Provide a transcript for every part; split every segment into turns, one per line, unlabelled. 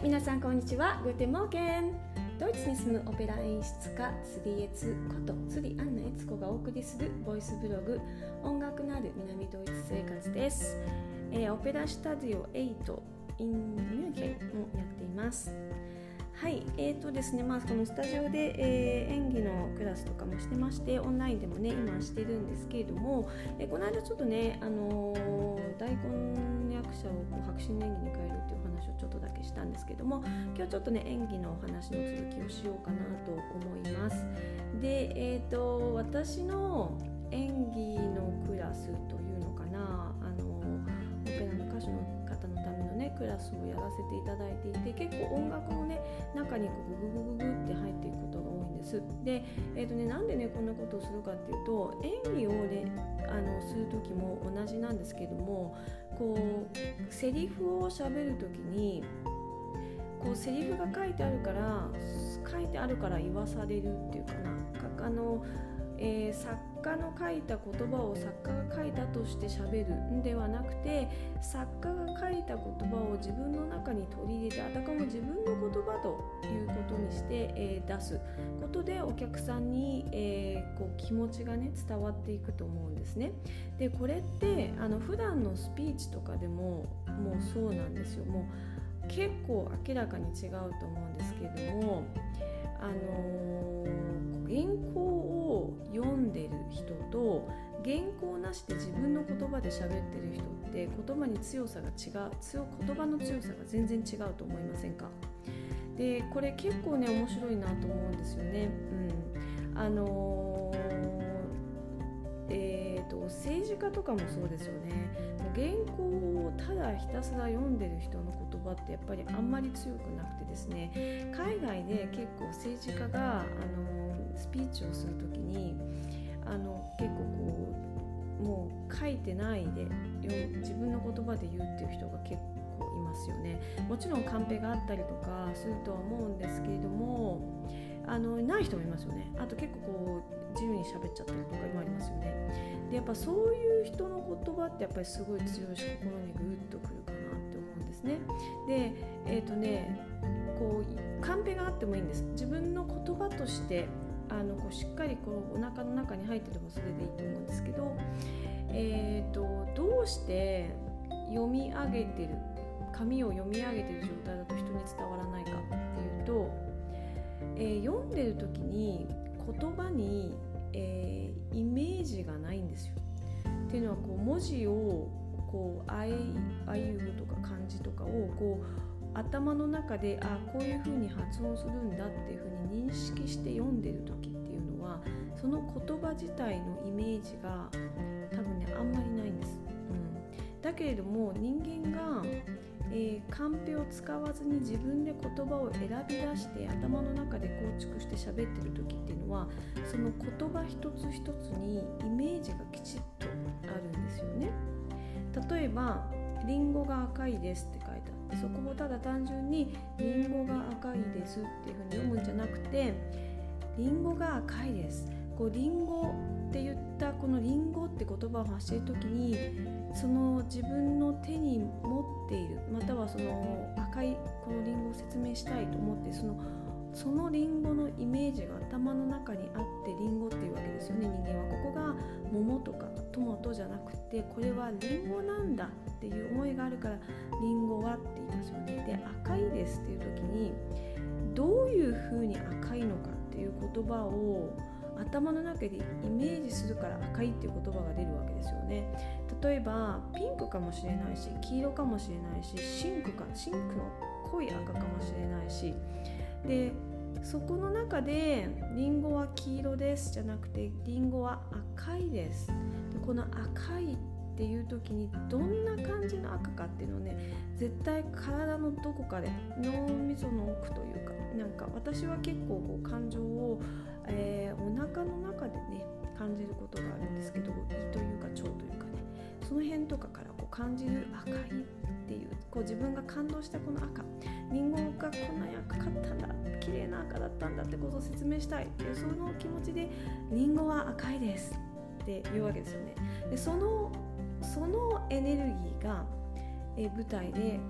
皆さんこんにちは。グーテンモーゲン。ドイツに住むオペラ演出家釣りエツこと釣りアンナエツコがお送りするボイスブログ音楽のある南ドイツ生活です。オペラスタジオ8 in ミュンヘンをやっています。はい、ですね、このスタジオで、演技のクラスとかもしてまして、オンラインでもね今してるんですけれども、この間ちょっとね、大根役者を白真の演技に変えるっていうお話をちょっとだけしたんですけども、今日ちょっとね演技のお話の続きをしようかなと思います。で、私の演技のクラスというのかな、オペラの歌手の方のためのねクラスをやらせていただいていて、結構音楽のね中にグググググって入っていくことが多いんです。で、なんでねこんなことをするかっていうと、演技をねする時も同じなんですけども、こうセリフを喋る時にこうセリフが書いてあるから言わされるっていうかな、作家の書いた言葉を作家が書いたとして喋るんではなくて、作家が書いた言葉を自分の中に取り入れて、あたかも自分の言葉ということにして、出すことでお客さんに、こう気持ちがね伝わっていくと思うんですね。でこれって普段のスピーチとかでももうそうなんですよ。もう結構明らかに違うと思うんですけれども、原稿を読んでる人と原稿なしで自分の言葉で喋ってる人って言葉に強さが違う、言葉の強さが全然違うと思いませんか？でこれ結構ね面白いなと思うんですよね。政治家とかもそうですよね。原稿をただひたすら読んでる人の言葉ってやっぱりあんまり強くなくてですね、海外で結構政治家がスピーチをするときに結構こうもう書いてないで自分の言葉で言うっていう人が結構いますよね。もちろんカンペがあったりとかするとは思うんですけれども、ない人もいますよね。あと結構こう自由に喋っちゃったりとかもありますよね。でやっぱそういう人の言葉ってやっぱりすごい強いし、心にグッとくるかなって思うんですね。でこうカンペがあってもいいんです。自分の言葉としてこうしっかりこうお腹の中に入ってればそれでいいと思うんですけど、どうして読み上げてる紙を読み上げてる状態だと人に伝わらないかっていうと、読んでる時に言葉に、イメージがないんですよ。っていうのはこう文字をこうあいうとか漢字とかをこう頭の中でこういう風に発音するんだっていう風に認識して読んでる時っていうのは、その言葉自体のイメージが多分ねあんまりないんです。だけれども人間がカンペを使わずに自分で言葉を選び出して頭の中で構築して喋ってる時っていうのは、その言葉一つ一つにイメージがきちっとあるんですよね。例えばリンゴが赤いですって書いてあって、そこをただ単純にリンゴが赤いですっていうふうに読むんじゃなくて、リンゴが赤いです、こうリンゴって言ったこのリンゴって言葉を発しているときに、その自分の手に持っている、またはその赤いこのリンゴを説明したいと思って、そのリンゴのイメージが頭の中にあってリンゴっていうわけですよね。人間はここが桃とかトマトじゃなくて、これはリンゴなんだっていう思いがあるからリンゴはって言いますよね。で赤いですっていう時にどういうふうに赤いのかっていう言葉を頭の中でイメージするから赤いっていう言葉が出るわけですよね。例えばピンクかもしれないし、黄色かもしれないし、シンクの濃い赤かもしれないし、でそこの中でリンゴは黄色ですじゃなくて、リンゴは赤いです。でこの赤いっていう時にどんな感じの赤かっていうのをね、絶対体のどこかで脳みその奥というか、なんか私は結構こう感情を、お腹の中でね感じることがあるんですけど、胃というか腸というかね、その辺とかからこう感じる赤いっていう、こう自分が感動したこの赤、リンゴがこんなに赤かったんだ、綺麗な赤だったんだってことを説明したいっていうその気持ちで、リンゴは赤いですって言うわけですよね。でそのエネルギーが舞台で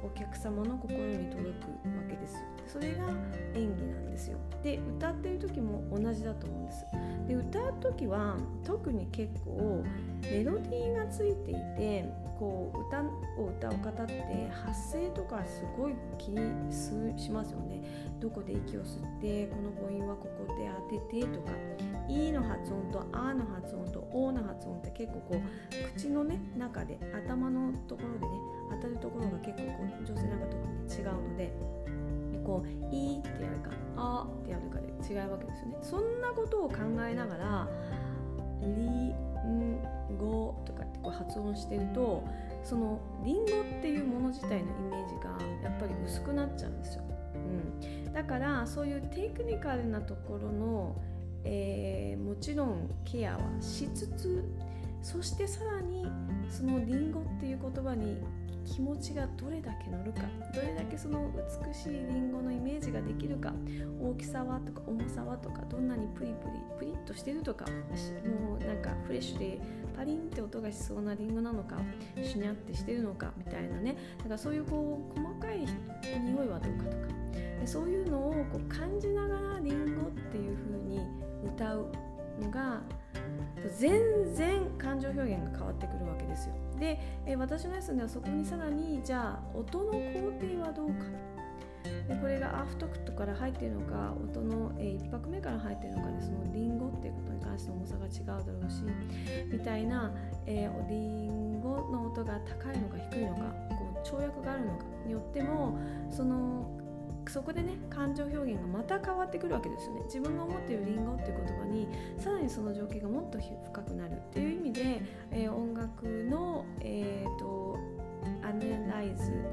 お客様の心に届くわけですよ。それが演技なんですよ。で歌ってる時も同じだと思うんです。で歌う時は特に結構メロディーがついていて、こう歌う方って発声とかすごい気にしますよね。どこで息を吸ってこの母音はここで当ててとか、E の発音とあの発音とO の発音って結構こう口のね中で頭のところでね当たるところが結構こう女性なんか特に違うので、こういってやるかあってやるかで違うわけですよね。そんなことを考えながらリンゴとかってこう発音してると、そのリンゴっていうもの自体のイメージがやっぱり薄くなっちゃうんですよ。だからそういうテクニカルなところの、もちろんケアはしつつ、そしてさらにそのリンゴっていう言葉に気持ちがどれだけ乗るか、どれだけその美しいリンゴのイメージができるか、大きさはとか重さはとか、どんなにプリッとしてるとか、もうなんかフレッシュでパリンって音がしそうなリンゴなのか、シュニャってしてるのかみたいなね、だからそういうこう細かい匂いはどうかとか、そういうのをこう感じながらリンゴっていう風に歌うのが全然感情表現が変わってくるわけですよ。で、私のレッスンではそこにさらにじゃあ音の工程はどうか、でこれがアフトクトから入っているのか、音の、1拍目から入っているのかで、そのリンゴっていうことに関しての重さが違うだろうしみたいな、リンゴの音が高いのか低いのか、こう跳躍があるのかによってもそこでね感情表現がまた変わってくるわけですよね。自分が思っているリンゴっていう言葉にさらにその情景がもっと深くなるっていう意味で、音楽の、アナライズ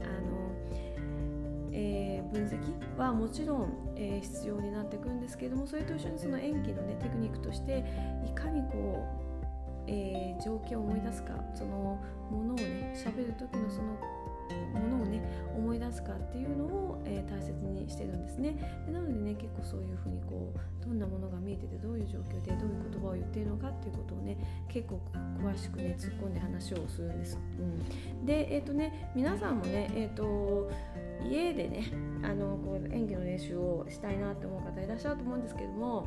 分析はもちろん、必要になってくるんですけれども、それと一緒にその演技の、ね、テクニックとしていかにこう、情景を思い出すか、そのものをね喋る時のそのものをね思い出すかっていうのを、大切にしてるんですね。でなのでね、結構そういうふうにこうどんなものが見えてて、どういう状況でどういう言葉を言っているのかっていうことをね結構詳しくね突っ込んで話をするんです。で皆さんもね家でねこう演技の練習をしたいなって思う方いらっしゃると思うんですけども、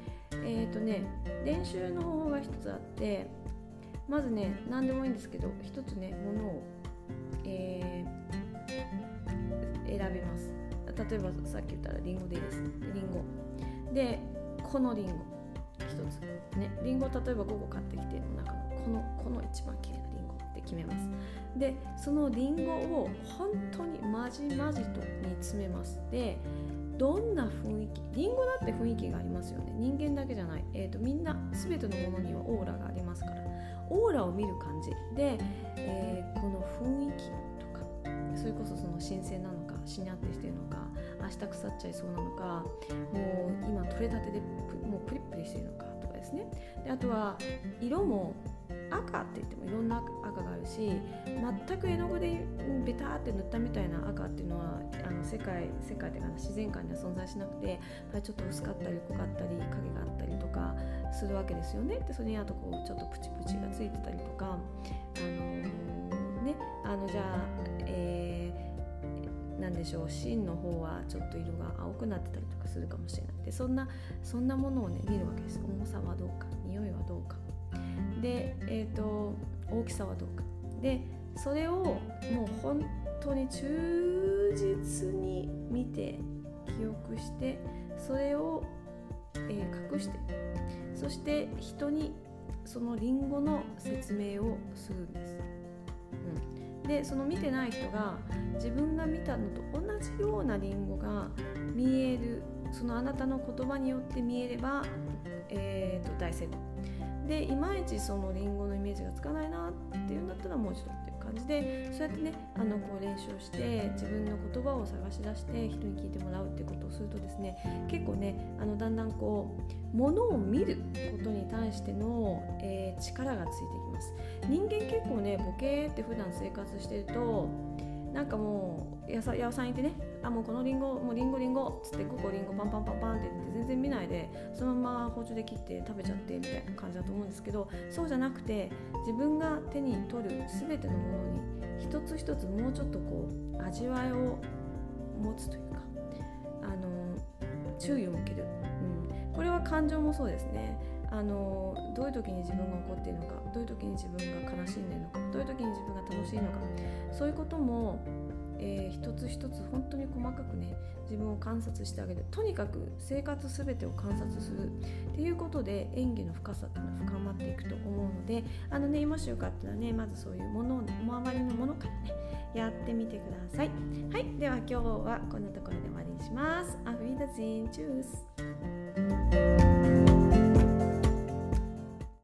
練習の方法が一つあって、まずね何でもいいんですけど、一つねものを選びます。例えばさっき言ったらリンゴでいいです。リンゴで、このリンゴ一つね、リンゴを例えば5個買ってきて中のこの一番綺麗なリンゴって決めます。でそのリンゴを本当にまじまじと見つめます。でどんな雰囲気、リンゴだって雰囲気がありますよね。人間だけじゃない、みんな全てのものにはオーラがありますから、オーラを見る感じで、この雰囲気とか、それこそその新鮮なのか、しにゃってしてるのか、明日腐っちゃいそうなのか、もう今取れたてでもうプリップリしてるのかとかですね。であとは色も赤って言ってもいろんな赤があるし、全く絵の具でベターって塗ったみたいな赤っていうのは世界っていうか自然界には存在しなくて、やっぱりちょっと薄かったり濃かったり影があったりとかするわけですよね。でそれにあとこうちょっとプチプチがついてたりとか、じゃあ、なんでしょう、芯の方はちょっと色が青くなってたりとかするかもしれない。でそんなものをね見るわけです。重さはどうか、匂いはどうかで、大きさはどうかで、それをもう本当に忠実に見て記憶して、それを、隠して、そして人にそのリンゴの説明をするんです。でその見てない人が自分が見たのと同じようなリンゴが見える、そのあなたの言葉によって見えれば、大成功で、いまいちそのリンゴのイメージがつかないなっていうんだったらもう一度っていう感じで、そうやってねこう練習をして自分の言葉を探し出して人に聞いてもらうっていうことをするとですね、結構ねだんだんこう物を見ることに対しての、力がついてきます。人間結構ねボケーって普段生活してると、なんかもう八百さんいてね、もうこのリンゴもうリンゴっつって5個リンゴパンパンパンパンって全然見ないでそのまま包丁で切って食べちゃってみたいな感じだと思うんですけど、そうじゃなくて自分が手に取る全てのものに一つ一つもうちょっとこう味わいを持つというか、注意を向ける、これは感情もそうですね。どういう時に自分が怒っているのか、どういう時に自分が悲しんでいるのか、どういう時に自分が楽しいのか、そういうことも、一つ一つ本当に細かくね、自分を観察してあげる。とにかく生活すべてを観察するっていうことで演技の深さっていうのは深まっていくと思うので、もしよかったらね、まずそういうものを周りのものからねやってみてください。はい、では今日はこんなところで終わりにします。Auf Wiedersehen. Tschüss.